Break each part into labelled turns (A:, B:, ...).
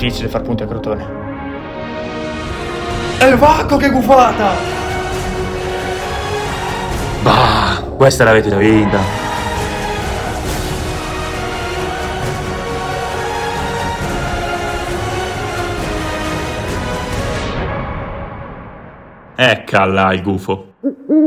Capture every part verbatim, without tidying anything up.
A: difficile far punti a Crotone. E il Vacco che gufata! Bah, questa l'avete già vinta.
B: Eccola il gufo.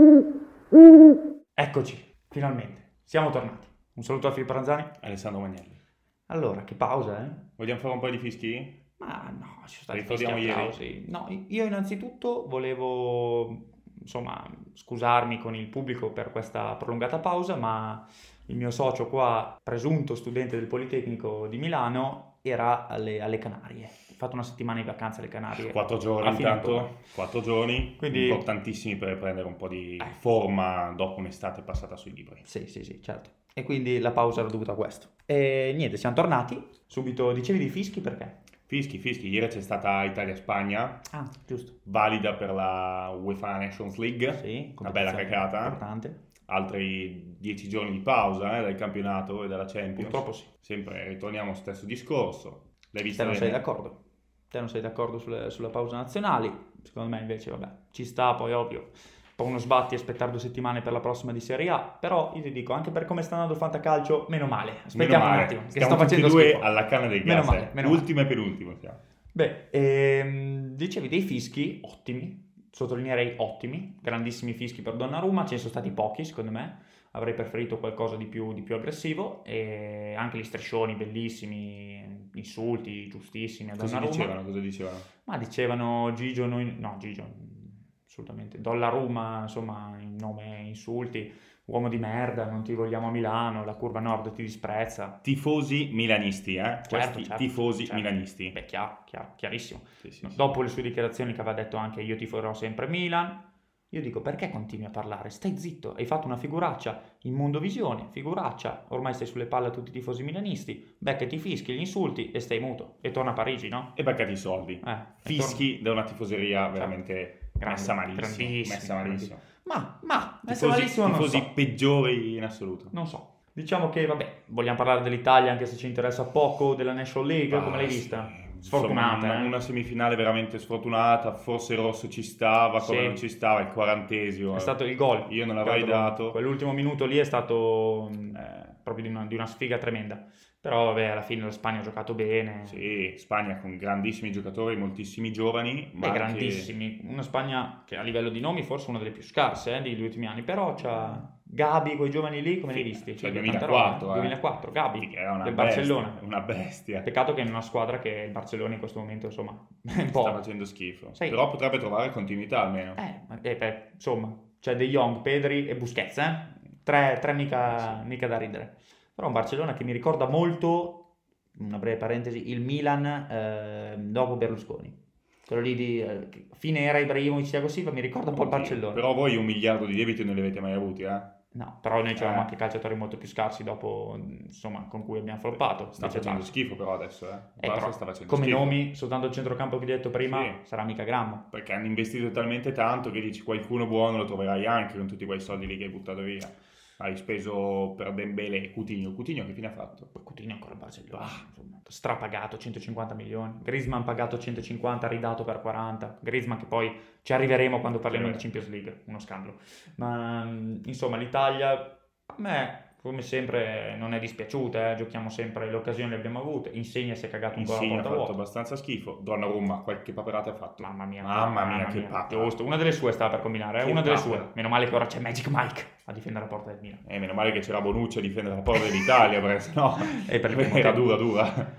A: Eccoci, finalmente. Siamo tornati. Un saluto a Filippo Ranzani.
B: Alessandro Magnelli.
A: Allora, che pausa, eh?
B: Vogliamo fare un po' di fischi?
A: Ma no, ci sono stati
B: Ricordiamo
A: fischi,
B: ieri.
A: applausi. No, io innanzitutto volevo, insomma, scusarmi con il pubblico per questa prolungata pausa, ma il mio socio qua, presunto studente del Politecnico di Milano, era alle, alle Canarie. Ho fatto una settimana di vacanza alle Canarie.
B: Quattro giorni
A: a fine
B: intanto,
A: ottobre.
B: quattro giorni,
A: Quindi-
B: importantissimi per prendere un po' di
A: Eh.
B: forma dopo un'estate passata sui libri.
A: Sì, sì, sì, certo. E quindi la pausa era dovuta a questo. E niente, siamo tornati. Subito dicevi di fischi perché?
B: Fischi, fischi, ieri c'è stata Italia-Spagna,
A: Ah, giusto.
B: valida per la UEFA Nations League,
A: Sì,
B: una bella
A: competizione
B: cacata,
A: importante.
B: altri dieci giorni di pausa eh, dal campionato e dalla Champions.
A: Purtroppo sì.
B: Sempre ritorniamo allo stesso discorso. L'hai
A: Te
B: vista
A: non
B: bene?
A: sei d'accordo? Te non sei d'accordo sulle- sulla pausa nazionali? Secondo me invece, vabbè, ci sta, poi ovvio. Un po' uno sbatti aspettare due settimane per la prossima di Serie A, però io ti dico, anche per come sta andando il fantacalcio, meno male.
B: Meno
A: Aspettiamo
B: male.
A: un attimo, che
B: Stiamo
A: sto
B: tutti
A: facendo
B: e due
A: schifo.
B: alla canna del
A: Meno
B: gas,
A: male,
B: eh.
A: meno
B: ultimo e penultimo siamo.
A: Beh, ehm, dicevi dei fischi ottimi, sottolineerei ottimi, grandissimi fischi per Donnarumma, ce ne sono stati pochi secondo me, avrei preferito qualcosa di più, di più aggressivo, e anche gli striscioni bellissimi, insulti giustissimi a
B: Cosa
A: Donnarumma.
B: dicevano? Cosa dicevano?
A: Ma dicevano Gigio, noi... no Gigio, assolutamente, Donnarumma, insomma, in nome, insulti, uomo di merda, non ti vogliamo a Milano, la curva nord ti disprezza.
B: Tifosi milanisti, eh?
A: Certo,
B: Questi
A: certo,
B: tifosi
A: certo.
B: milanisti.
A: Beh, chiaro, chiaro, chiarissimo.
B: Sì, sì, sì.
A: Dopo le sue dichiarazioni che aveva detto anche io tiferò sempre Milan, io dico perché continui a parlare? Stai zitto, hai fatto una figuraccia in Mondovisione, figuraccia, ormai stai sulle palle a tutti i tifosi milanisti, beccati i fischi, gli insulti e stai muto. E torna a Parigi, no?
B: E beccati i soldi.
A: Eh, e
B: Fischi da una tifoseria veramente
A: Grande,
B: messa malissimo.
A: grandissimo,
B: Messa malissimo.
A: Ma, ma, messa
B: Tifosi,
A: malissimo non
B: tifosi
A: so.
B: peggiori in assoluto.
A: Non so. Diciamo che, vabbè, vogliamo parlare dell'Italia anche se ci interessa poco, della National League,
B: Ah,
A: come l'hai
B: sì.
A: vista?
B: Insomma,
A: Sfortunata,
B: una,
A: eh?
B: una semifinale veramente sfortunata. Forse il rosso ci stava, come
A: Sì.
B: non ci stava, il quarantesimo.
A: È stato il gol.
B: Io non l'avrei
A: Quello-
B: dato.
A: Quell'ultimo minuto lì è stato mh,
B: Eh.
A: proprio di una, di una sfiga tremenda. Però, vabbè, alla fine la Spagna ha giocato bene.
B: Sì, Spagna con grandissimi giocatori, moltissimi giovani, ma
A: Beh,
B: anche-
A: grandissimi. Una Spagna che a livello di nomi forse una delle più scarse eh, degli ultimi anni. Però c'ha Gabi, quei giovani lì, come
B: Sì,
A: li hai visti?
B: cioè
A: Tanta
B: duemilaquattro,
A: roba,
B: eh.
A: duemilaquattro, Gabi,
B: Che era una
A: del
B: bestia,
A: Barcellona.
B: una bestia.
A: Peccato che in una squadra che il Barcellona in questo momento, insomma, è un
B: Sta
A: po'...
B: facendo schifo.
A: Sì.
B: Però potrebbe trovare continuità almeno.
A: Eh, ma- eh, beh, insomma, c'è De Jong, Pedri e Busquets, eh? Tre, tre mica, mica da ridere. Però un Barcellona che mi ricorda molto, una breve parentesi, il Milan eh, dopo Berlusconi. Quello lì di eh, fine era Ibrahimovic, Thiago Silva, mi ricorda un po' il
B: Oddio,
A: Barcellona.
B: Però voi un miliardo di debiti non li avete mai avuti, eh?
A: No, però noi avevamo
B: Eh.
A: anche calciatori molto più scarsi dopo, insomma, con cui abbiamo floppato.
B: Sta
A: Invece
B: facendo
A: Barça-
B: schifo però adesso, eh.
A: Eh,
B: Barça
A: però,
B: sta facendo
A: come
B: schifo.
A: nomi, soltanto il centrocampo che hai detto prima,
B: Sì.
A: sarà mica Grammo.
B: Perché hanno investito talmente tanto che dici qualcuno buono lo troverai anche con tutti quei soldi lì che hai buttato via. Hai speso per Dembele e Coutinho. Coutinho che fine ha fatto?
A: Poi Coutinho ancora il Barcellona, insomma, strapagato centocinquanta milioni. Griezmann pagato centocinquanta, ridato per quaranta. Griezmann che poi ci arriveremo quando parliamo
B: Sì.
A: di Champions League, uno scandalo. Ma mh, insomma l'Italia a me come sempre non è dispiaciuta, eh. Giochiamo sempre, le occasioni le abbiamo avute. Insigne si è cagato un po'
B: Insigne
A: la
B: ha
A: porta
B: fatto
A: vuota.
B: abbastanza schifo. Donnarumma, qualche paperata ha fatto.
A: Mamma mia,
B: Mamma mia, che papera.
A: giusto, una delle sue stava per combinare, eh,
B: Che
A: una delle
B: papera.
A: sue. Meno male che ora c'è Magic Mike a difendere la porta del Milan.
B: Eh, meno male che c'era Bonucci a difendere la porta dell'Italia, perché sennò
A: E per il primo
B: era
A: tempo.
B: dura dura.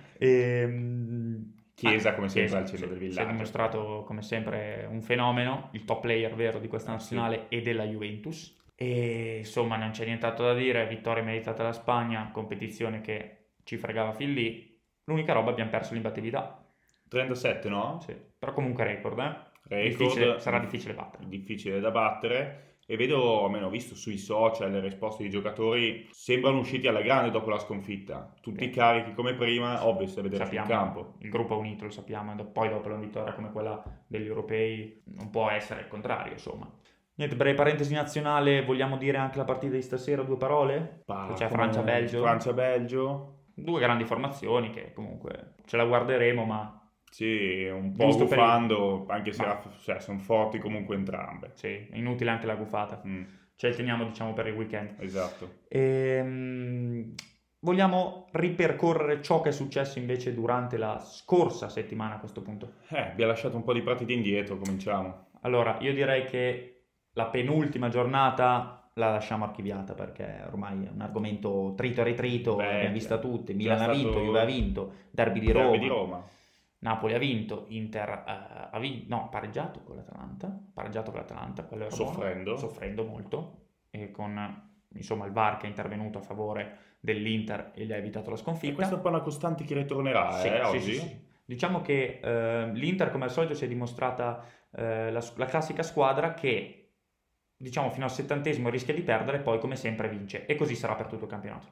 A: Ehm,
B: Chiesa,
A: ah,
B: come sempre,
A: Chiesa,
B: al centro
A: sì,
B: del
A: si è
B: villaggio.
A: dimostrato come sempre un fenomeno, il top player vero di questa
B: Ah, sì.
A: nazionale e della Juventus. E insomma non c'è nient'altro da dire, vittoria meritata alla Spagna, competizione che ci fregava fin lì. L'unica roba, abbiamo perso l'imbattibilità.
B: trentasette, no?
A: Sì, però comunque record, eh?
B: Record.
A: Difficile- sarà difficile battere.
B: Difficile da battere. E vedo, almeno ho visto sui social, le risposte dei giocatori sembrano usciti alla grande dopo la sconfitta. Tutti
A: Sì.
B: carichi come prima, ovvio se vedere sul
A: Sappiamo,
B: campo.
A: il gruppo è unito, lo sappiamo, e do- poi dopo una vittoria come quella degli europei non può essere il contrario, insomma. Niente, breve parentesi nazionale, vogliamo dire anche la partita di stasera, due parole?
B: Pa-
A: C'è
B: come-
A: Francia-Belgio.
B: Francia-Belgio.
A: Due grandi formazioni che comunque ce la guarderemo, ma
B: Sì, un po'
A: Giusto per
B: gufando, anche se
A: Ma-
B: la- cioè, sono forti comunque entrambe.
A: Sì, è inutile anche la gufata.
B: Mm,
A: Ce le teniamo, diciamo, per il weekend.
B: esatto.
A: Ehm, vogliamo ripercorrere ciò che è successo invece durante la scorsa settimana a questo punto?
B: Eh, abbiamo lasciato un po' di partite indietro, cominciamo.
A: Allora, io direi che la penultima giornata la lasciamo archiviata perché ormai è un argomento trito e ritrito, l'abbiamo
B: Vecchia.
A: vista tutti.
B: Già
A: Milan ha vinto,
B: stato
A: Juve ha vinto, derby di
B: derby
A: Roma,
B: di Roma.
A: Napoli ha vinto, Inter eh, ha vinto, no, ha pareggiato con l'Atalanta, pareggiato con l'Atalanta, quello era buono,
B: Soffrendo.
A: soffrendo molto, e con insomma il V A R che è intervenuto a favore dell'Inter e gli ha evitato la
B: E
A: sconfitta.
B: questa è un po' una costante che ritornerà,
A: Sì,
B: eh,
A: sì,
B: oggi.
A: sì, sì. Diciamo che eh, l'Inter come al solito si è dimostrata eh, la, la classica squadra che diciamo fino al settantesimo rischia di perdere, poi come sempre vince, e così sarà per tutto il campionato.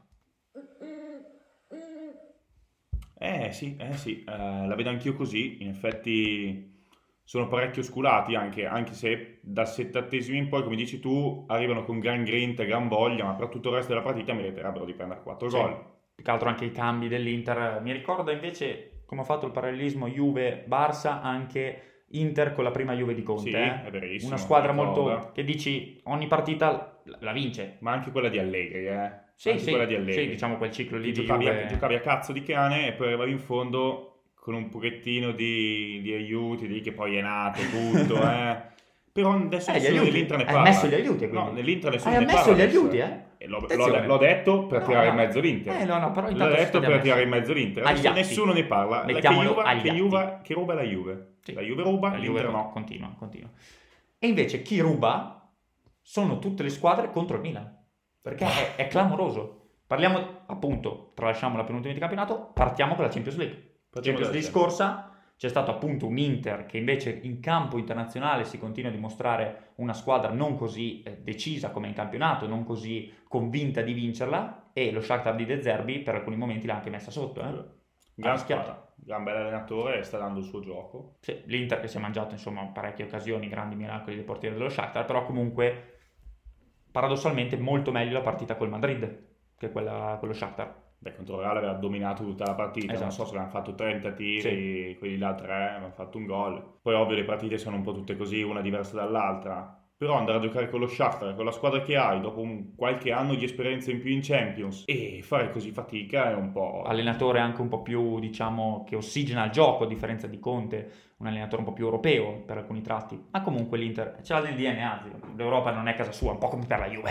B: Eh sì, eh sì, eh, la vedo anch'io così, in effetti sono parecchio sculati anche, anche se dal settantesimo in poi, come dici tu, arrivano con gran grinta e gran voglia, ma per tutto il resto della partita meriterebbero di prendere quattro
A: Sì,
B: gol.
A: più che altro anche i cambi dell'Inter. Mi ricorda invece, come ho fatto il parallelismo Juve-Barça, anche Inter con la prima Juve di Conte.
B: Sì,
A: eh.
B: è verissimo,
A: Una squadra
B: mi ricorda.
A: molto che dici ogni partita la, la vince.
B: Ma anche quella di Allegri, eh.
A: Sì,
B: Anche
A: sì,
B: quella di Allegri.
A: sì, diciamo quel ciclo lì
B: Che
A: di
B: giocavi, a,
A: Juve.
B: giocavi a cazzo di cane e poi arrivavi in fondo con un pochettino di, di aiuti, di che poi è nato tutto, eh. Però adesso
A: Eh, gli
B: nessuno
A: aiuti.
B: dell'Inter ne
A: Hai
B: parla.
A: ammesso gli aiuti,
B: No,
A: quindi.
B: nell'Inter nessuno
A: Hai
B: ne
A: ammesso
B: parla
A: gli
B: adesso.
A: aiuti, eh?
B: E l'ho, l'ho-
A: Attenzione.
B: l'ho detto per
A: No,
B: tirare
A: no.
B: in mezzo l'Inter.
A: Eh, no, no, però
B: L'ho
A: intanto
B: detto
A: sono
B: per
A: stati
B: tirare in
A: ammessi.
B: mezzo l'Inter.
A: Agli
B: Adesso
A: atti.
B: nessuno ne parla. Che
A: Mettiamolo
B: Juve,
A: agli
B: che,
A: atti.
B: Juve, che ruba è la Juve.
A: Sì.
B: La Juve ruba,
A: La Juve
B: l'Inter
A: con-
B: no.
A: Continua, continua. E invece chi ruba sono tutte le squadre contro il Milan. Perché è, è clamoroso. Parliamo, appunto, tralasciamo la penultima di campionato, partiamo con la Champions League.
B: Partiamo
A: Champions
B: dalla
A: League scorsa c'è stato appunto un Inter che invece in campo internazionale si continua a dimostrare una squadra non così eh, decisa come in campionato, non così convinta di vincerla, e lo Shakhtar di De Zerbi per alcuni momenti l'ha anche messa sotto. Eh?
B: Gran
A: Ha rischiato.
B: squadra, gran bel allenatore, sta dando il suo gioco.
A: Sì, l'Inter che si è mangiato insomma parecchie occasioni, grandi miracoli dei portieri dello Shakhtar, però comunque paradossalmente molto meglio la partita col Madrid che quella con lo Shakhtar.
B: Beh, contro il Real aveva dominato tutta la partita, non
A: Esatto.
B: so se avevano fatto trenta tiri, quelli là tre, avevano fatto un gol. Poi ovvio le partite sono un po' tutte così, una diversa dall'altra. Però andare a giocare con lo Shakhtar, con la squadra che hai, dopo un, qualche anno di esperienza in più in Champions, e fare così fatica è un po'...
A: Allenatore anche un po' più, diciamo, che ossigena il gioco, a differenza di Conte, un allenatore un po' più europeo per alcuni tratti, ma comunque l'Inter ce l'ha nel D N A, l'Europa non è casa sua, un po' come per la Juve.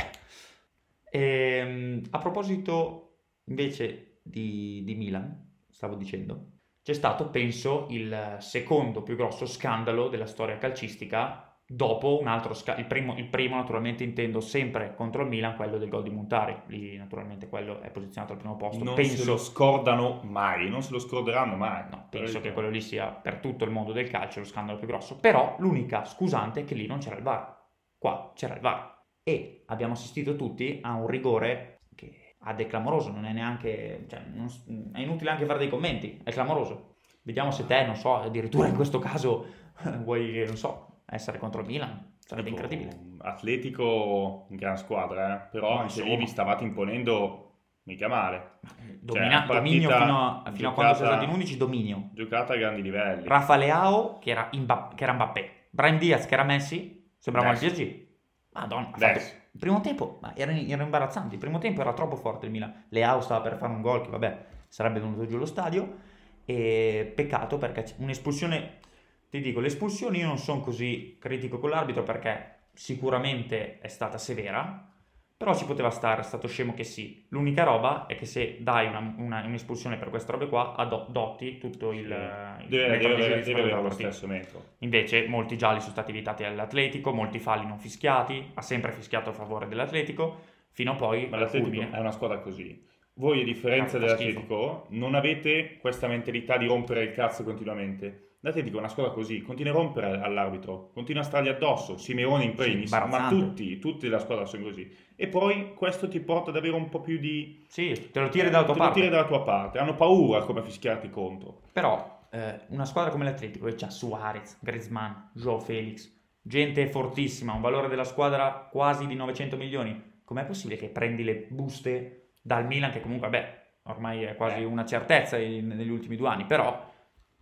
A: E, a proposito invece di, di Milan, stavo dicendo, c'è stato, penso, il secondo più grosso scandalo della storia calcistica dopo un altro scandalo. Il primo, il primo naturalmente intendo sempre contro il Milan, quello del gol di Montari, lì naturalmente quello è posizionato al primo posto.
B: Non
A: penso,
B: se lo scordano mai, non se lo scorderanno mai.
A: no, penso che quello lì sia per tutto il mondo del calcio lo scandalo più grosso, però l'unica scusante è che lì non c'era il V A R, qua c'era il V A R e abbiamo assistito tutti a un rigore che ad è clamoroso, non è neanche, cioè, non, è inutile anche fare dei commenti, è clamoroso. Vediamo se te, non so, addirittura in questo caso vuoi, non so, essere contro il Milan, sarebbe
B: Tipo,
A: incredibile.
B: Atletico, gran squadra, eh? Però
A: Ma
B: anche lì
A: insomma.
B: vi stavate imponendo mica male.
A: Domina-
B: Cioè,
A: dominio
B: partita
A: fino a, fino a quando
B: giocata-
A: siamo stati in undici, dominio.
B: Giocata a grandi livelli.
A: Rafa Leao che era, Mba- che era Mbappé, Brahim Diaz che era Messi, sembrava il
B: Messi.
A: P S G. Madonna, ha
B: Messi.
A: fatto... il primo tempo ma era, era imbarazzante, il primo tempo era troppo forte il Milan. Leao stava per fare un gol che vabbè sarebbe venuto giù lo stadio, e peccato perché c'è un'espulsione, ti dico, le espulsioni io non sono così critico con l'arbitro perché sicuramente è stata severa, però ci poteva stare, è stato scemo che sì. L'unica roba è che se dai una, una- un'espulsione per queste robe qua, adotti tutto il... il
B: Deve,
A: metro
B: deve
A: di
B: avere,
A: giudizio
B: deve avere
A: della
B: lo
A: partita.
B: stesso metro.
A: Invece molti gialli sono stati evitati all'Atletico, molti falli non fischiati, ha sempre fischiato a favore dell'Atletico, fino a poi
B: Ma
A: al
B: l'Atletico
A: culmine.
B: è una squadra così. Voi, a differenza
A: Fa schifo.
B: dell'Atletico, non avete questa mentalità di rompere il cazzo continuamente. L'Atletico è una squadra così, continua a rompere all'arbitro, continua a stargli addosso, Simeone in primis, ma
A: imbarazzante.
B: tutti, tutti della squadra sono così. E poi questo ti porta ad avere un po' più di...
A: Sì, te lo tiri dalla tua
B: te lo
A: parte.
B: tiri dalla tua parte, hanno paura come a fischiarti contro.
A: Però eh, una squadra come l'Atletico che c'ha Suarez, Griezmann, Joao Felix, gente fortissima, un valore della squadra quasi di novecento milioni, com'è possibile che prendi le buste dal Milan che comunque, vabbè, ormai è quasi
B: Eh.
A: una certezza in- negli ultimi due anni, però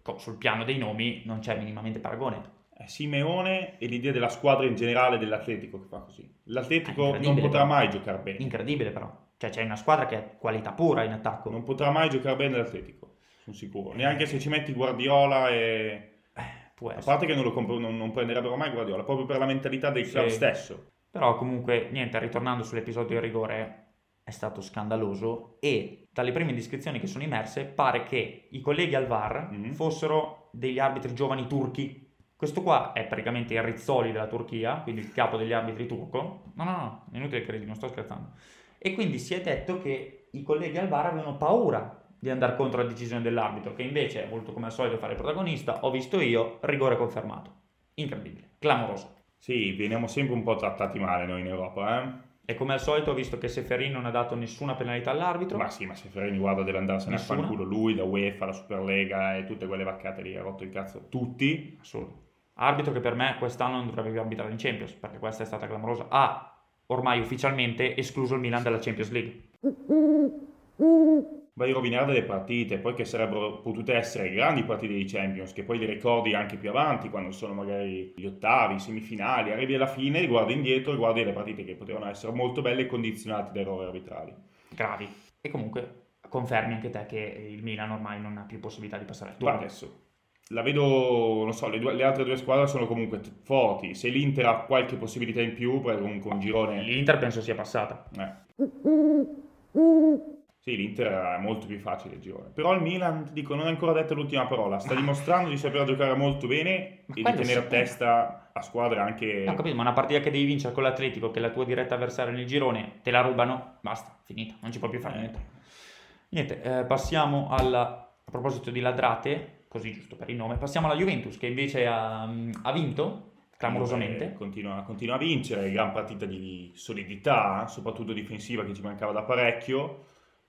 A: sul piano dei nomi non c'è minimamente paragone.
B: È Simeone e l'idea della squadra in generale dell'Atletico che fa così. L'Atletico non potrà
A: però.
B: mai giocare bene.
A: Incredibile però. Cioè c'è una squadra che ha qualità pura in attacco.
B: Non potrà mai giocare bene l'Atletico, sono sicuro. Neanche se ci metti Guardiola e...
A: Eh, può
B: A
A: essere.
B: parte che non, lo comp- non, non prenderebbero mai Guardiola, proprio per la mentalità del club
A: Sì.
B: stesso.
A: Però comunque, niente, ritornando sull'episodio del rigore, è stato scandaloso e dalle prime indiscrezioni che sono emerse pare che i colleghi al V A R
B: Mhm.
A: fossero degli arbitri giovani turchi. Questo qua è praticamente il Rizzoli della Turchia, quindi il capo degli arbitri turco. No, no, no, è inutile che credi, non sto scherzando. E quindi si è detto che i colleghi al V A R avevano paura di andare contro la decisione dell'arbitro, che invece è voluto come al solito fare il protagonista. Ho visto io, rigore confermato. Incredibile, clamoroso.
B: Sì, veniamo sempre un po' trattati male noi in Europa, eh?
A: E come al solito ho visto che Seferin non ha dato nessuna penalità all'arbitro.
B: Ma sì, ma se Ferrini guarda deve andarsene
A: Nessuna.
B: a fanculo lui, la UEFA, la Superlega e tutte quelle vaccate lì, ha rotto il cazzo tutti.
A: Assurdo. Arbitro che per me quest'anno non dovrebbe più arbitrare in Champions, perché questa è stata clamorosa. Ha ormai ufficialmente escluso il Milan dalla Champions League.
B: Vai a rovinare delle partite, poi che sarebbero potute essere grandi partite di Champions, che poi li ricordi anche più avanti, quando sono magari gli ottavi, semifinali, arrivi alla fine, guardi indietro e guardi le partite che potevano essere molto belle e condizionate da errori arbitrali.
A: Gravi. E comunque confermi anche te che il Milan ormai non ha più possibilità di passare al
B: Ma
A: turno.
B: adesso, la vedo, non so, le, due- le altre due squadre sono comunque t- forti, se l'Inter ha qualche possibilità in più, perché comunque un girone...
A: L'Inter penso sia passata.
B: Eh. Sì, l'Inter è molto più facile il girone. Però il Milan, ti dico, non è ancora detta l'ultima parola. Sta dimostrando di saper giocare molto bene
A: Ma
B: e di
A: quello
B: tenere
A: sì.
B: a testa a squadre anche...
A: Eh, Ho capito, ma una partita che devi vincere con l'Atletico, che è la tua diretta avversaria nel girone, te la rubano, basta, finita, non ci puoi più fare niente. Niente, eh, passiamo alla... A proposito di ladrate, così giusto per il nome, passiamo alla Juventus, che invece ha, ha vinto clamorosamente.
B: Eh, Continua, continua a vincere, gran partita di solidità, soprattutto difensiva che ci mancava da parecchio.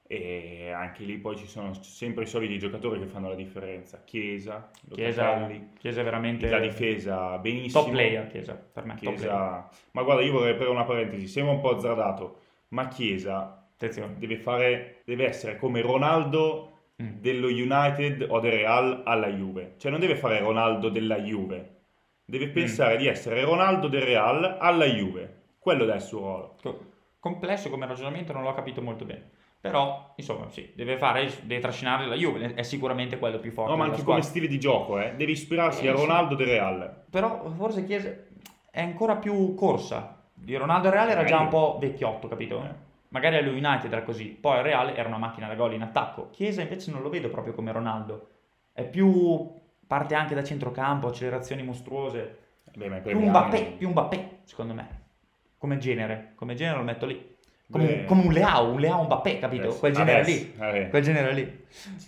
B: E anche lì poi ci sono sempre i soliti giocatori che fanno la differenza. Chiesa,
A: Chiesa,
B: Locatelli,
A: Chiesa è veramente
B: la difesa benissimo.
A: top player, Chiesa, per me, top player.
B: Chiesa, ma guarda, io vorrei aprire una parentesi, sembra un po' azzardato, ma Chiesa
A: Attenzione.
B: deve fare, deve essere come Ronaldo
A: Mm.
B: dello United o del Real alla Juve, cioè non deve fare Ronaldo della Juve, deve pensare di essere Ronaldo del Real alla Juve, quello è il suo ruolo.
A: Co- Complesso come ragionamento, non l'ho capito molto bene. Però, insomma, sì, deve fare, deve trascinare la Juve, è sicuramente quello più forte
B: No, ma
A: della
B: anche come
A: squadra.
B: stile di gioco, eh, deve ispirarsi
A: Eh,
B: a
A: sì.
B: Ronaldo del Real.
A: Però forse Chiesa è ancora più corsa. Di Ronaldo Reale era già un po' vecchiotto, capito?
B: Eh.
A: Magari allo United era così. Poi il Reale era una macchina da gol in attacco. Chiesa invece non lo vedo proprio come Ronaldo. È più... parte anche da centrocampo, accelerazioni mostruose.
B: Beh, ma i
A: Più
B: primi
A: un Mbappé,
B: anni-
A: più un Mbappé, secondo me. Come genere. Come genere lo metto lì. Come,
B: Beh.
A: un, come un Leao, un Leao Mbappé, capito?
B: Adesso-
A: Quel genere
B: adesso,
A: lì.
B: eh.
A: Quel genere lì.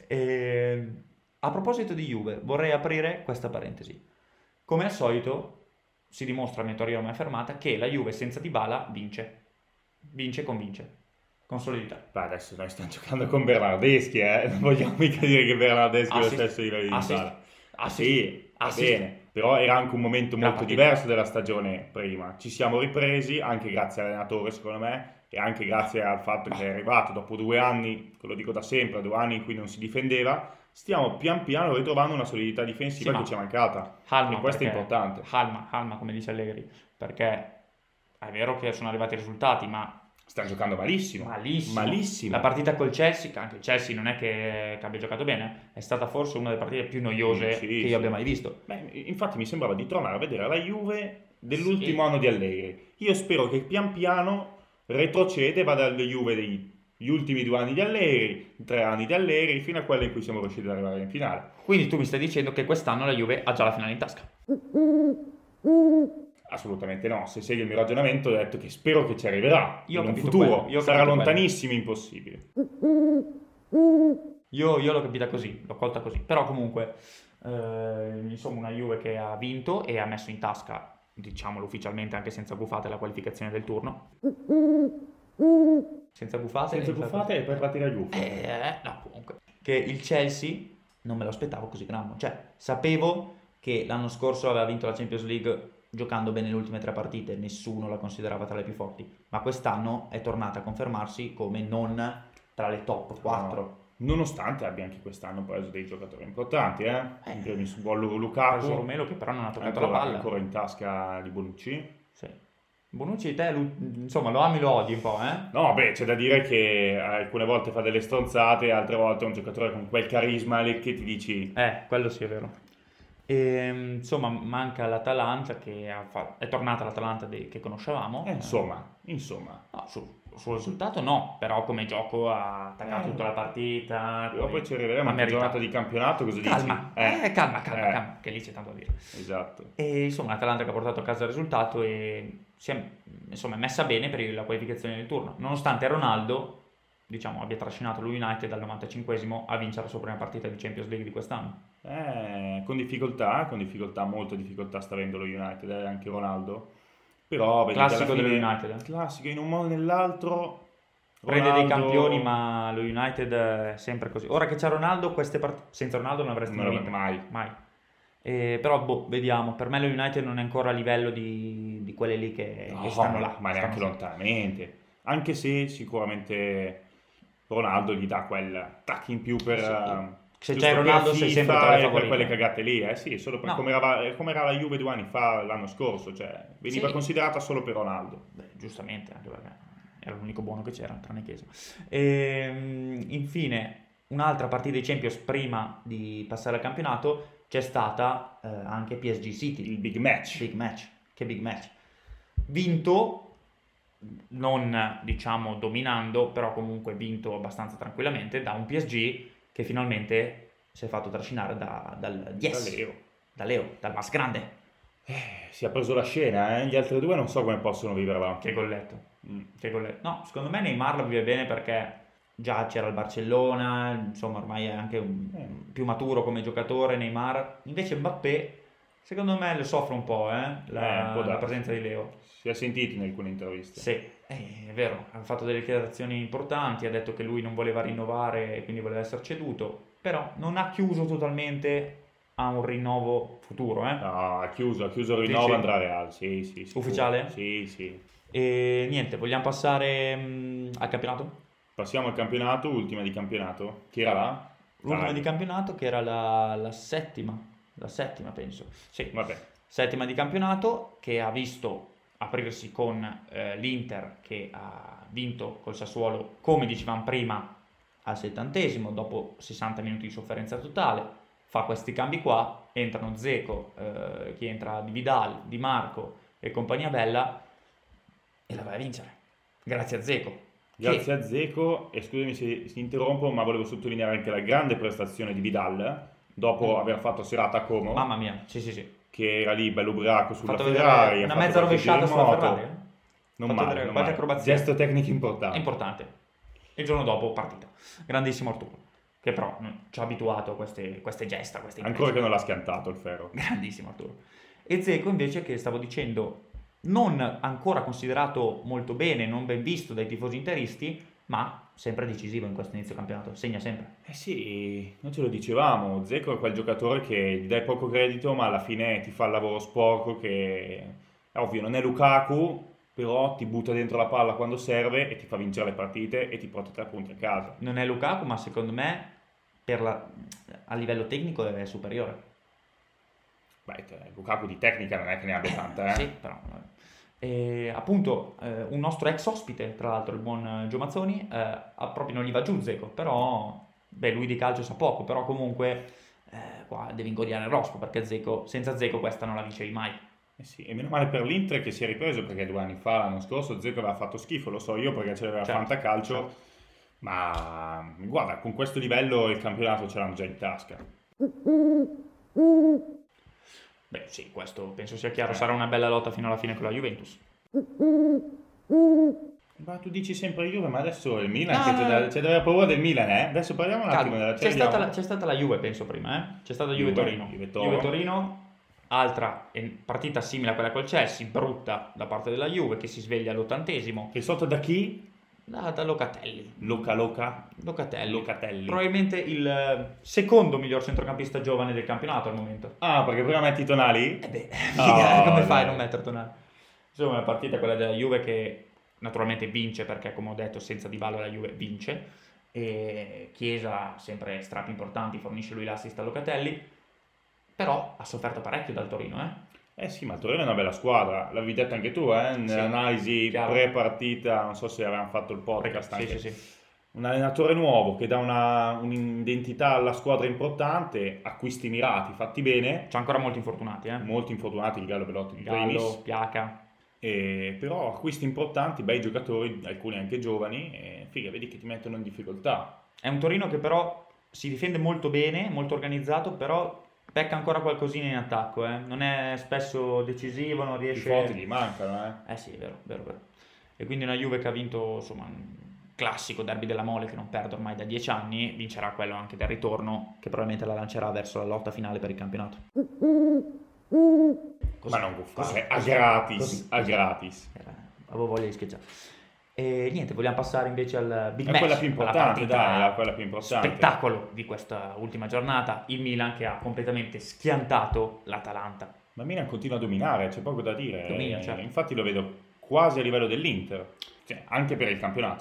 A: E, a proposito di Juve, vorrei aprire questa parentesi. Come al solito, si dimostra, a mia teoria ormai affermata, che la Juve senza Dybala vince. Vince e convince. Con solidità.
B: Beh, adesso noi stiamo giocando con Bernardeschi, eh? Non vogliamo mica dire che Bernardeschi è lo
A: Assist.
B: stesso livello di
A: Assist.
B: Dybala.
A: Assist.
B: Sì, va
A: Assist.
B: bene, però era anche un momento
A: Gran
B: molto
A: partita.
B: diverso della stagione prima. Ci siamo ripresi, anche grazie all'allenatore, secondo me, e anche grazie al fatto che è arrivato dopo due anni, che lo dico da sempre, due anni in cui non si difendeva, stiamo pian piano ritrovando una solidità difensiva
A: Sì,
B: che
A: ma
B: ci è mancata.
A: Calma,
B: e questo è
A: perché-
B: importante.
A: Calma, calma, come dice Allegri. Perché è vero che sono arrivati i risultati, ma
B: Stanno giocando malissimo.
A: malissimo.
B: Malissimo.
A: La partita col Chelsea, che anche il Chelsea non è che, che abbia giocato bene, è stata forse una delle partite più noiose
B: Sì,
A: che io
B: sì.
A: abbia mai visto.
B: Beh, infatti mi sembrava di tornare a vedere la Juve dell'ultimo
A: Sì.
B: anno di Allegri. Io spero che pian piano retrocede e vada alle Juve degli ultimi due anni di Allegri, tre anni di Allegri, fino a quello in cui siamo riusciti ad arrivare in finale.
A: Quindi tu mi stai dicendo che quest'anno la Juve ha già la finale in tasca.
B: Assolutamente no, se segui il mio ragionamento ho detto che spero che ci arriverà
A: Io ho
B: in un
A: capito
B: futuro,
A: quello, io ho
B: sarà
A: capito
B: lontanissimo impossibile.
A: Io, io l'ho capita così, l'ho colta così. Però comunque, eh, insomma, una Juve che ha vinto e ha messo in tasca, diciamolo ufficialmente, anche senza gufate, la qualificazione del turno. Senza gufate?
B: Senza buffate e per partire a Juve.
A: Eh, no, comunque. Che il Chelsea non me lo aspettavo così grande. Cioè, sapevo che l'anno scorso aveva vinto la Champions League giocando bene le ultime tre partite, nessuno la considerava tra le più forti, ma quest'anno è tornata a confermarsi come non tra le top quattro.
B: nonostante abbia anche quest'anno preso dei giocatori importanti, eh?
A: Eh,
B: In primis Bollo
A: Ha
B: Lukaku,
A: preso Romelu che però non ha toccato
B: ancora,
A: la palla.
B: ancora in tasca di Bonucci.
A: Sì. Bonucci, te, lu- insomma, lo ami, lo odi un po', eh?
B: No, beh, c'è da dire che alcune volte fa delle stronzate, altre volte è un giocatore con quel carisma lì che ti dici...
A: Eh, quello sì è vero. E, insomma, manca l'Atalanta che ha fa- è tornata l'Atalanta de- che conoscevamo.
B: Eh, insomma, insomma.
A: No, sul, sul risultato no, però come gioco ha attaccato
B: Eh.
A: tutta la partita.
B: Però poi ci arriveremo
A: ha
B: anche
A: meritato.
B: giornata di campionato, cosa
A: Calma,
B: dici?
A: eh, calma, calma,
B: Eh,
A: calma, che lì c'è tanto da dire.
B: Esatto.
A: E insomma, l'Atalanta che ha portato a casa il risultato e si è, insomma, è messa bene per la qualificazione del turno, nonostante Ronaldo, diciamo, abbia trascinato lo United dal novantacinquesimo a vincere la sua prima partita di Champions League di quest'anno.
B: Eh, con difficoltà, con difficoltà, molta difficoltà sta avendo lo United, eh, anche Ronaldo. Però vedi,
A: Classico
B: alla
A: dello
B: fine-
A: United, eh.
B: Classico, in un modo o nell'altro.
A: Prende dei
B: Ronaldo-
A: campioni, ma lo United è sempre così. Ora che c'è Ronaldo, queste partite senza Ronaldo non avresti
B: Non
A: mai
B: avrebbe
A: vinto.
B: mai.
A: Mai. Eh, però, boh, vediamo. Per me lo United non è ancora a livello di, di quelle lì che,
B: No,
A: che stanno là.
B: ma neanche
A: stanno-
B: lontanamente. Anche se sicuramente Ronaldo gli dà quel tac in più per...
A: Sì.
B: eh,
A: Se
B: giusto
A: c'è
B: per
A: Ronaldo sei
B: FIFA
A: sempre tra le
B: e per
A: favorite.
B: quelle cagate lì, eh sì, solo per
A: No.
B: come era, come era la Juve due anni fa, l'anno scorso, cioè veniva
A: Sì.
B: considerata solo per Ronaldo.
A: Beh, giustamente, anche perché era l'unico buono che c'era, tranne Chiesa. Ehm, infine, un'altra partita di Champions prima di passare al campionato c'è stata eh, anche P S G City.
B: Il big match.
A: Big match, che big match. Vinto, non diciamo dominando, però comunque vinto abbastanza tranquillamente da un P S G che finalmente si è fatto trascinare da, dal Yes,
B: Da Leo.
A: da Leo, dal Mas Grande.
B: Eh, si è preso la scena, eh? Gli altri due non so come possono viverla.
A: Che golletto.
B: Mm.
A: Che golletto. No, secondo me Neymar la vive bene perché già c'era il Barcellona, insomma ormai è anche un-
B: Eh.
A: più maturo come giocatore Neymar. Invece Mbappé, secondo me, lo soffre un po', eh, la,
B: Eh, può
A: la
B: darsi.
A: presenza di Leo.
B: Si è sentito in alcune interviste.
A: Sì, eh, è vero, ha fatto delle dichiarazioni importanti, ha detto che lui non voleva rinnovare e quindi voleva essere ceduto, però non ha chiuso totalmente a un rinnovo futuro, eh.
B: No, ha chiuso, ha chiuso il rinnovo,
A: Dici?
B: andrà a Real, sì, sì. sicuro.
A: Ufficiale?
B: Sì, sì.
A: E niente, vogliamo passare mh, al campionato?
B: Passiamo al campionato, ultima di campionato. Chi era là?
A: L'ultima
B: Dai.
A: di campionato che era la, la settima, la settima penso, sì,
B: Vabbè,
A: settima di campionato che ha visto aprirsi con eh, l'Inter che ha vinto col Sassuolo, come dicevamo prima, al settantesimo, dopo sessanta minuti di sofferenza totale, fa questi cambi qua, entrano Dzeko, eh, che entra di Vidal, Di Marco e compagnia bella e la vai a vincere, grazie a Dzeko.
B: grazie a Dzeko, e scusami se si interrompo, ma volevo sottolineare anche la grande prestazione di Vidal, dopo
A: Mm.
B: aver fatto serata a Como,
A: Mamma mia, sì sì sì.
B: che era lì bello ubriaco
A: Ha
B: sulla
A: fatto vedere
B: Ferrari. ha
A: una
B: fatto
A: mezza
B: qualche giro
A: rovesciata
B: in
A: sulla
B: moto.
A: Ferrari, eh?
B: Non
A: Fatto
B: male,
A: vedere
B: non
A: qualche
B: male.
A: acrobazia.
B: Gesto tecnico
A: È
B: importante.
A: importante. Il giorno dopo partita. Grandissimo Arturo, che però mm, ci ha abituato a queste, queste gesta, queste
B: Ancora
A: imprese.
B: che non l'ha schiantato il ferro.
A: Grandissimo Arturo. E Dzeko invece, che stavo dicendo, non ancora considerato molto bene, non ben visto dai tifosi interisti, ma sempre decisivo in questo inizio campionato, segna sempre.
B: Eh sì, noi ce lo dicevamo, Dzeko è quel giocatore che gli dai poco credito, ma alla fine ti fa il lavoro sporco che, è ovvio, non è Lukaku, però ti butta dentro la palla quando serve e ti fa vincere le partite e ti porta tre punti a casa.
A: Non è Lukaku, ma secondo me per la- a livello tecnico è superiore.
B: Beh, te- Lukaku di tecnica non è che ne abbia tanta, eh?
A: Sì, però. vabbè. E, appunto, eh, un nostro ex ospite, tra l'altro, il buon eh, Gio Mazzoni, eh, ha- proprio non gli va giù Dzeko, però, beh, lui di calcio sa poco, però comunque eh, qua devi ingoiare il rospo, perché Dzeko, senza Dzeko questa non la vincevi mai.
B: Eh sì, e meno male per l'Inter che si è ripreso, perché due anni fa, l'anno scorso, Dzeko aveva fatto schifo, lo so io perché ce l'aveva
A: Certo,
B: fantacalcio,
A: certo.
B: ma guarda, con questo livello il campionato ce l'hanno già in tasca.
A: Beh, sì, questo penso sia chiaro,
B: Eh.
A: sarà una bella lotta fino alla fine con la Juventus.
B: Ma tu dici sempre Juve, ma adesso il Milan,
A: No,
B: che
A: no,
B: c'è
A: no.
B: da, c'è da avere paura del Milan, eh? Adesso parliamo un attimo
A: Calma,
B: della
A: c'è
B: Serie
A: stata,
B: A.
A: la, c'è stata la Juve, penso prima, eh? C'è stata
B: Juve,
A: Juve-Torino.
B: Juve Toro.
A: Juve-Torino, altra eh, partita simile a quella col Chelsea, brutta da parte della Juve, che si sveglia all'ottantesimo,
B: Che sotto da chi?
A: da, da Locatelli.
B: Loca Loca?
A: Locatelli.
B: Locatelli.
A: Probabilmente il eh, secondo miglior centrocampista giovane del campionato al momento.
B: Ah, perché prima metti Tonali?
A: Eh beh,
B: Oh,
A: come fai a
B: dai.
A: non mettere Tonali? Insomma, la partita è quella della Juve che naturalmente vince perché, come ho detto, senza Dybala la Juve vince. e Chiesa sempre strappi importanti, fornisce lui l'assist a Locatelli, però ha sofferto parecchio dal Torino, eh?
B: Eh sì, ma il Torino è una bella squadra, l'avevi detto anche tu, eh? Nell'analisi
A: chiaro.
B: pre-partita, non so se avevamo fatto il podcast
A: Sì,
B: anche.
A: sì, sì.
B: Un allenatore nuovo che dà una, un'identità alla squadra importante, acquisti mirati, fatti bene,
A: C'è ancora molti infortunati, eh?
B: molti infortunati, il Gallo Belotti in
A: Gallo,
B: primis,
A: Piaca.
B: e, però acquisti importanti, bei giocatori, alcuni anche giovani, e figa, vedi che ti mettono in difficoltà.
A: È un Torino che però si difende molto bene, molto organizzato, però pecca ancora qualcosina in attacco, eh? Non è spesso decisivo, non
B: I
A: riesce...
B: forti gli mancano, eh.
A: Eh sì, è vero, vero, vero. E quindi una Juve che ha vinto, insomma, un classico derby della Mole che non perde ormai da dieci anni, vincerà quello anche del ritorno, che probabilmente la lancerà verso la lotta finale per il campionato. Così,
B: Ma non può fare, a
A: così,
B: gratis,
A: così,
B: a
A: così.
B: gratis.
A: Eh, avevo voglia di scheggiare. E niente, vogliamo passare invece al big
B: È
A: match,
B: quella più
A: alla
B: importante,
A: partita
B: dai, è quella più importante.
A: spettacolo di questa ultima giornata, il Milan che ha completamente schiantato l'Atalanta.
B: Ma Milan continua a dominare, c'è poco da dire.
A: Dominio,
B: Eh,
A: certo.
B: Infatti lo vedo quasi a livello dell'Inter, cioè, anche per il campionato.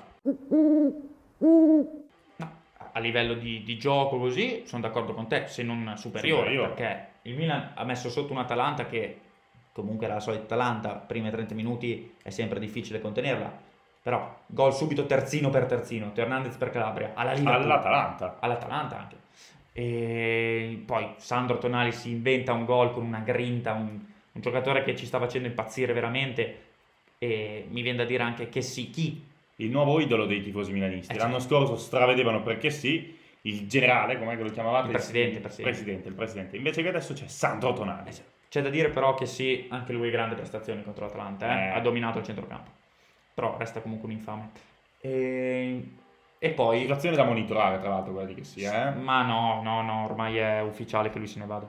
A: No, a livello di, di gioco così sono d'accordo con te, se non superiore,
B: Superiore.
A: perché il Milan ha messo sotto un'Atalanta che comunque era la solita Atalanta, primi trenta minuti è sempre difficile contenerla, però gol subito terzino per terzino, Hernandez per Calabria, alla Liverpool,
B: All'Atalanta.
A: all'Atalanta anche. E poi Sandro Tonali si inventa un gol con una grinta, un, un giocatore che ci sta facendo impazzire veramente, e mi viene da dire anche che sì, chi?
B: Il nuovo idolo dei tifosi milanisti.
A: Eh,
B: L'anno
A: certo.
B: scorso stravedevano perché sì, il generale, com'è che lo chiamavate?
A: Il presidente,
B: il
A: presidente.
B: presidente, il presidente. Invece che adesso c'è Sandro Tonali.
A: C'è da dire però che sì, anche lui grande prestazioni contro l'Atalanta, eh?
B: Eh.
A: Ha dominato il centrocampo, però resta comunque un infame. E, e poi...
B: Situazione da monitorare, tra l'altro, quella di che sia, eh?
A: Ma no, no, no, ormai è ufficiale che lui se ne vada.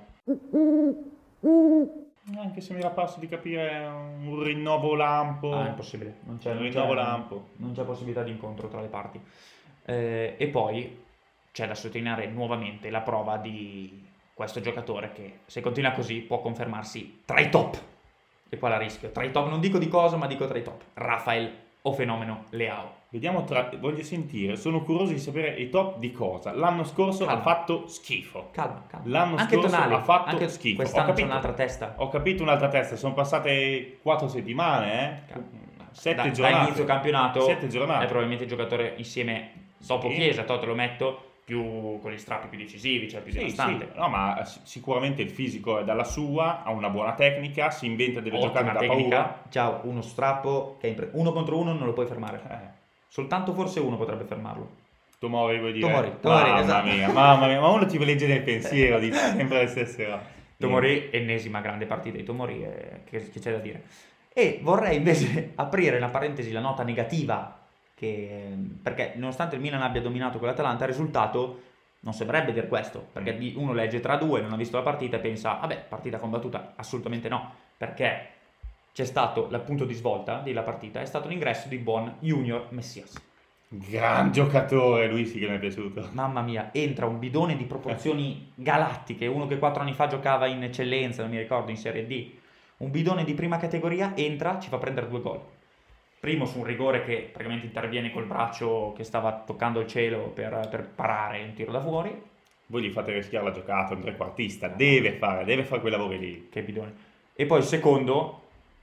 B: Anche se mi era parso di capire un rinnovo lampo.
A: Ah, è impossibile, non c'è,
B: Un
A: non
B: rinnovo
A: c'è-
B: lampo.
A: non c'è possibilità di incontro tra le parti. Eh, e poi c'è da sottolineare nuovamente la prova di questo giocatore che, se continua così, può confermarsi tra i top. E qua la rischio. Tra i top, non dico di cosa, ma dico tra i top. Rafael o fenomeno Leao.
B: Vediamo tra... Voglio sentire, sono curioso di sapere i top di cosa. L'anno scorso
A: Calma.
B: ha fatto schifo.
A: Calma, calma.
B: L'anno
A: Anche
B: scorso
A: Tonali,
B: ha fatto
A: anche
B: schifo. Ho
A: quest'anno c'è
B: capito.
A: un'altra testa.
B: Ho capito un'altra testa, sono passate quattro settimane, eh? Sette
A: da,
B: giornate.
A: da inizio campionato
B: Sette giornate.
A: è probabilmente il giocatore insieme dopo
B: Sì.
A: Chiesa, Toto lo metto più con gli strappi più decisivi, cioè più
B: Sì,
A: devastante.
B: sì. No, ma si- sicuramente il fisico è dalla sua, ha una buona tecnica, si inventa delle
A: Ottima
B: giocate da
A: tecnica,
B: paura.
A: ciao, uno strappo che è impre- uno contro uno non lo puoi fermare.
B: Eh,
A: Soltanto forse uno potrebbe fermarlo.
B: Tomori, vuoi dire?
A: Tomori, Tomori,
B: mamma
A: esatto.
B: mia, mamma mia, ma uno ti legge nel pensiero, dice sempre le stesse cose.
A: Tomori, ennesima grande partita di Tomori, eh, che, che c'è da dire. E vorrei invece aprire una parentesi, la nota negativa, che, perché nonostante il Milan abbia dominato con l'Atalanta, il risultato non sembrerebbe dire questo, perché di- uno legge tra due, non ha visto la partita e pensa, vabbè, partita combattuta, assolutamente no, perché c'è stato il punto di svolta della partita, è stato l'ingresso di buon Junior Messias.
B: Gran giocatore, lui sì che mi è piaciuto.
A: Mamma mia, entra un bidone di proporzioni galattiche, uno che quattro anni fa giocava in eccellenza, non mi ricordo, in Serie D. Un bidone di prima categoria, entra, ci fa prendere due gol. Primo su un rigore che praticamente interviene col braccio che stava toccando il cielo per, per parare un tiro da fuori.
B: Voi gli fate rischiare la giocata, un trequartista, deve fare, deve fare quei lavori lì.
A: Che bidone. E poi il secondo,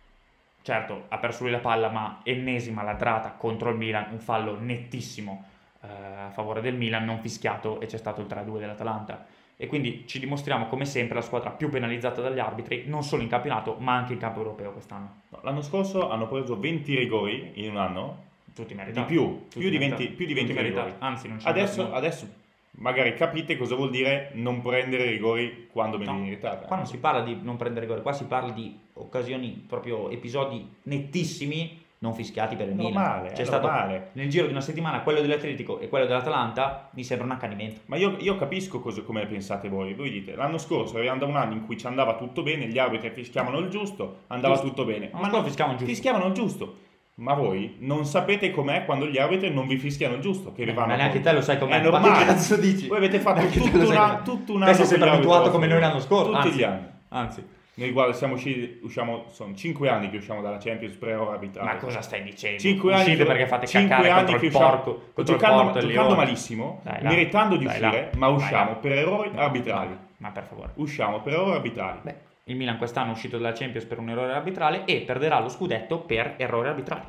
A: certo, ha perso lui la palla, ma ennesima ladrata contro il Milan, un fallo nettissimo eh, a favore del Milan, non fischiato, e c'è stato il tre a due dell'Atalanta. E quindi ci dimostriamo come sempre la squadra più penalizzata dagli arbitri, non solo in campionato, ma anche in campo europeo quest'anno.
B: No, l'anno scorso hanno preso venti rigori in un anno,
A: Tutti
B: di
A: meritati.
B: più,
A: Tutti
B: più di
A: meritati.
B: venti, più di venti
A: Tutti
B: rigori.
A: meritati. Anzi, non c'è
B: Adesso,
A: molto.
B: adesso magari capite cosa vuol dire non prendere rigori quando
A: No,
B: viene meritata.
A: qua non si parla di non prendere rigore, qua si parla di occasioni, proprio episodi nettissimi non fischiati per il Milan.
B: Normale,
A: C'è
B: è
A: stato
B: normale.
A: nel giro di una settimana quello dell'Atletico e quello dell'Atalanta, mi sembra un accanimento.
B: Ma io, io capisco cosa, come pensate voi. Voi dite, l'anno scorso arrivava da un anno in cui ci andava tutto bene, gli arbitri fischiavano il giusto, andava
A: Giusto.
B: tutto bene.
A: Ma non fischiavano il giusto.
B: Fischiavano il giusto. Ma voi non sapete com'è quando gli arbitri non vi fischiano il giusto. Che vi
A: Eh,
B: vanno
A: ma neanche
B: contro.
A: te lo sai com'è.
B: È
A: Ma
B: normale.
A: che cazzo dici?
B: Voi avete fatto
A: Neanche te
B: tutto
A: lo sai
B: una,
A: com'è.
B: tutto un
A: Te
B: anno
A: sei sempre
B: con gli
A: abituato
B: arbitri
A: come noi l'anno scorso.
B: Tutti
A: anzi,
B: gli anni.
A: Anzi.
B: Noi guarda, siamo usciti, usciamo, sono cinque anni che usciamo dalla Champions per errore arbitrale.
A: Ma cosa stai dicendo?
B: cinque anni
A: Uscite
B: che-
A: perché fate
B: cinque
A: caccare
B: anni
A: contro
B: che
A: il
B: usciamo-
A: porco, contro
B: giocando,
A: il porto e il
B: giocando
A: Lione.
B: malissimo,
A: Dai, là.
B: meritando di
A: Dai,
B: uscire,
A: là.
B: ma
A: Dai,
B: usciamo
A: là.
B: per errori
A: No,
B: arbitrali.
A: no, ma per favore.
B: Usciamo per errori arbitrali.
A: Beh, il Milan quest'anno è uscito dalla Champions per un errore arbitrale e perderà lo scudetto per errore arbitrali.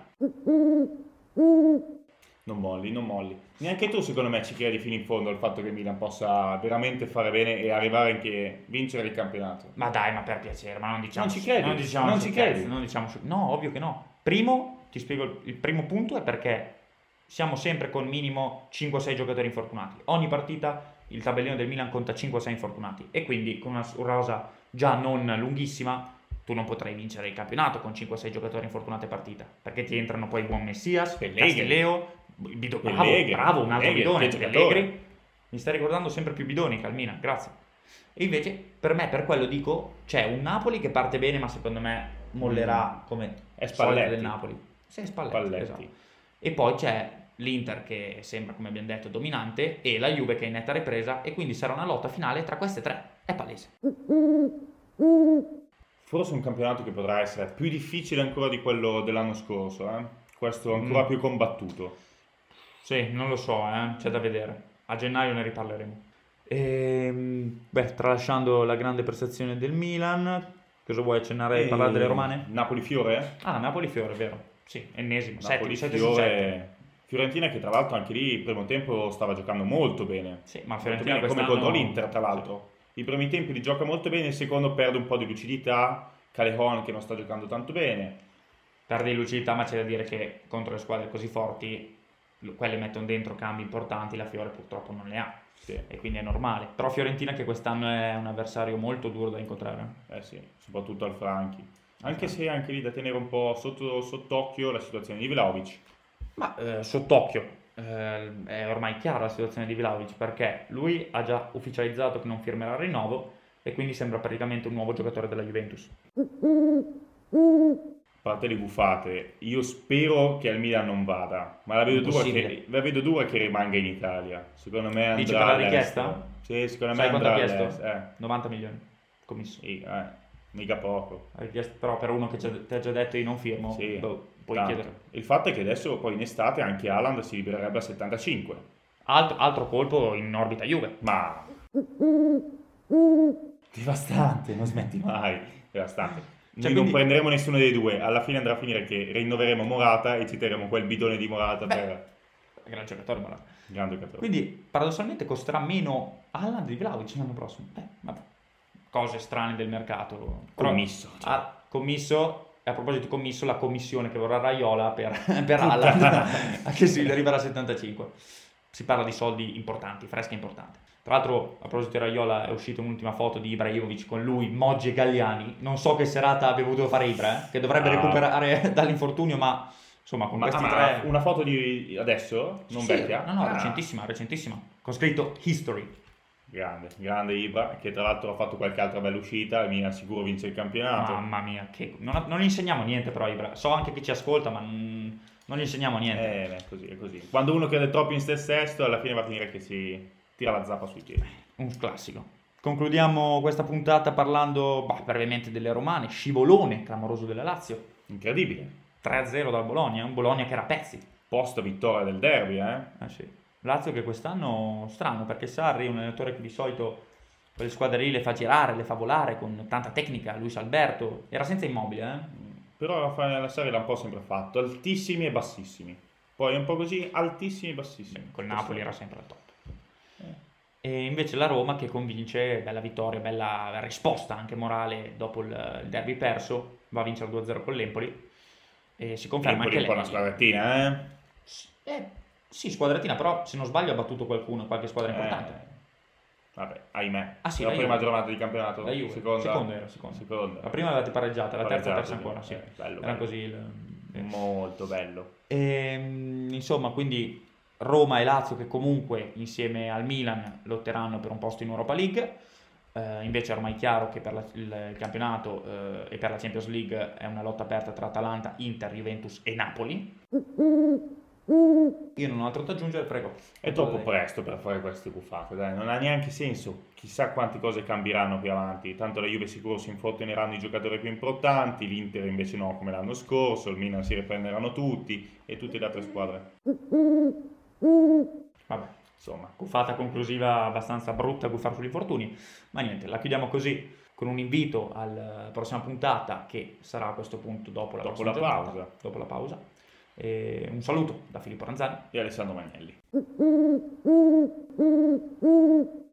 B: Non molli, non molli. Neanche tu, secondo me, ci credi fino in fondo al fatto che il Milan possa veramente fare bene e arrivare anche a vincere il campionato.
A: Ma dai, ma per piacere, ma non diciamo...
B: Non ci credi?
A: Non diciamo
B: Non
A: su
B: ci
A: cazzo,
B: credi?
A: non diciamo su- No, ovvio che no. Primo, ti spiego, il- il primo punto è perché siamo sempre con minimo cinque o sei giocatori infortunati. Ogni partita il tabellino del Milan conta cinque o sei infortunati e quindi con una rosa già non lunghissima tu non potrai vincere il campionato con cinque o sei giocatori infortunati a partita, perché ti entrano poi buon Messias,
B: Pellegrini.
A: Castelleo, Bido, bravo,
B: Pellegrini,
A: bravo, un altro
B: Pellegrini,
A: bidone,
B: che giocatore.
A: Pellegrini. Mi stai ricordando sempre più bidoni che al Milan, grazie. E invece per me, per quello dico, c'è un Napoli che parte bene, ma secondo me mollerà come
B: È
A: solito
B: Spalletti.
A: del Napoli. Sì, è Spalletti,
B: Spalletti.
A: esatto. E poi c'è l'Inter che sembra, come abbiamo detto, dominante e la Juve che è in netta ripresa e quindi sarà una lotta finale tra queste tre. È palese.
B: Forse un campionato che potrà essere più difficile ancora di quello dell'anno scorso, eh? Questo ancora
A: Mm.
B: più combattuto.
A: Sì, non lo so, eh? C'è da vedere. A gennaio ne riparleremo. Ehm, beh, tralasciando la grande prestazione del Milan, cosa vuoi accennare e parlare delle romane?
B: Napoli-Fiore?
A: Ah, Napoli-Fiore, è vero. Sì, ennesimo, settimo, sette su sette.
B: Napoli-Fiore. Fiorentina che tra l'altro anche lì il primo tempo stava giocando molto bene.
A: Sì, ma
B: Molto
A: Fiorentina
B: bene, come
A: quest'anno...
B: contro l'Inter tra l'altro. I primi tempi li gioca molto bene, il secondo perde un po' di lucidità. Callejon che non sta giocando tanto bene.
A: Perde di lucidità, ma c'è da dire che contro le squadre così forti, lo- quelle mettono dentro cambi importanti, la Fiore purtroppo non ne ha.
B: Sì.
A: E quindi è normale. Però Fiorentina che quest'anno è un avversario molto duro da incontrare.
B: Eh sì, soprattutto al Franchi. Anche se anche lì da tenere un po' sotto sott'occhio la situazione di Vlahovic.
A: Ma eh, sott'occhio, eh, è ormai chiara la situazione di Vlahovic perché lui ha già ufficializzato che non firmerà il rinnovo e quindi sembra praticamente un nuovo giocatore della Juventus.
B: A parte le buffate, io spero che al Milan non vada, ma la vedo, dura
A: Impossibile.
B: che, la vedo dura che rimanga in Italia. Secondo me andrà
A: Dici per la
B: all'estero.
A: richiesta?
B: Sì, secondo
A: Sai
B: me
A: quanto ha
B: andrà
A: chiesto?
B: all'estero. Eh,
A: novanta milioni, commesso.
B: sì, eh, mica poco.
A: Ha richiesto- però per uno che ci ha- ti ha già detto io non firmo,
B: Sì,
A: boh, puoi
B: tanto.
A: chiedere.
B: Il fatto è che adesso poi in estate anche Haaland si libererebbe a settantacinque.
A: Altro, altro colpo in orbita Juve.
B: Ma devastante, non smetti mai. Devastante. Noi
A: Cioè,
B: non
A: quindi-
B: prenderemo nessuno dei due. Alla fine andrà a finire che rinnoveremo Morata e ci terremo quel bidone di Morata
A: Beh.
B: per
A: Gran giocatore, Morata.
B: grande giocatore.
A: Quindi paradossalmente costerà meno Haaland di Vlahovic l'anno prossimo. Eh, vabbè. Cose strane del mercato. Però-
B: Commisso, cioè.
A: Ah, commisso, e a proposito di commisso, la commissione che vorrà Raiola per, per Haaland, anche se arriverà a settantacinque. Si parla di soldi importanti, fresche importanti. Tra l'altro, a proposito di Raiola, è uscita un'ultima foto di Ibrahimovic con lui, Moggi e Galliani. Non so che serata abbia voluto fare Ibra, eh, che dovrebbe
B: Ah.
A: recuperare dall'infortunio, ma insomma con
B: Ma,
A: questi
B: ma
A: tre...
B: una foto di adesso? Non
A: Sì,
B: vecchia?
A: No, no,
B: Ah,
A: recentissima, recentissima. Con scritto History.
B: Grande, grande Ibra, che tra l'altro ha fatto qualche altra bella uscita, il Milan sicuro vince il campionato.
A: Mamma mia, che... non, non gli insegniamo niente però Ibra. So anche chi ci ascolta, ma non, non gli insegniamo niente.
B: Eh, beh, così, è così. Quando uno crede troppo in se stesso, alla fine va a finire che si tira la zappa sui piedi.
A: Un classico. Concludiamo questa puntata parlando bah, brevemente delle romane. Scivolone clamoroso della Lazio.
B: Incredibile.
A: tre a zero dal Bologna, un Bologna che era a pezzi.
B: Post vittoria del derby, eh?
A: Eh sì. Lazio che quest'anno strano perché Sarri è un allenatore che di solito quelle squadre lì le fa girare, le fa volare con tanta tecnica. Luis Alberto era senza Immobile, eh?
B: Però Raffaele Nassari l'ha un po' sempre fatto, altissimi e bassissimi. Poi un po' così, altissimi e bassissimi.
A: Col Napoli era sempre al top.
B: Eh.
A: E invece la Roma che convince, bella vittoria, bella risposta anche morale dopo il, il derby perso, va a vincere due a zero con l'Empoli e si conferma
B: Empoli
A: anche
B: un po'
A: lei.
B: una squadrettina, eh?
A: Eh, sì, squadratina, però se non sbaglio ha battuto qualcuno, qualche squadra importante.
B: Eh, vabbè, ahimè.
A: Ah, sì,
B: la
A: la
B: prima
A: Juve.
B: giornata di campionato.
A: La Juve.
B: Seconda.
A: Seconda era, seconda.
B: Seconda.
A: La prima l'avete pareggiata, la terza
B: Pareggiata,
A: persa ancora, sì.
B: eh, bello,
A: Era
B: bello.
A: così il... eh.
B: Molto bello.
A: Ehm, insomma, quindi Roma e Lazio che comunque insieme al Milan lotteranno per un posto in Europa League. Eh, invece è ormai chiaro che per la- il, il campionato eh, e per la Champions League è una lotta aperta tra Atalanta, Inter, Juventus e Napoli. Io non ho altro da aggiungere, prego.
B: È troppo presto per fare queste buffate, dai, non ha neanche senso. Chissà quante cose cambieranno più avanti. Tanto la Juve sicuro si infortuneranno i giocatori più importanti, l'Inter invece no, come l'anno scorso, il Milan si riprenderanno tutti e tutte le altre squadre.
A: Vabbè, insomma, buffata conclusiva abbastanza brutta, buffare sugli infortuni, ma niente, la chiudiamo così con un invito alla prossima puntata che sarà a questo punto dopo la,
B: Dopo
A: prossima
B: la
A: giornata,
B: pausa.
A: dopo la pausa. E un saluto da Filippo Ranzani
B: E Alessandro Magnelli.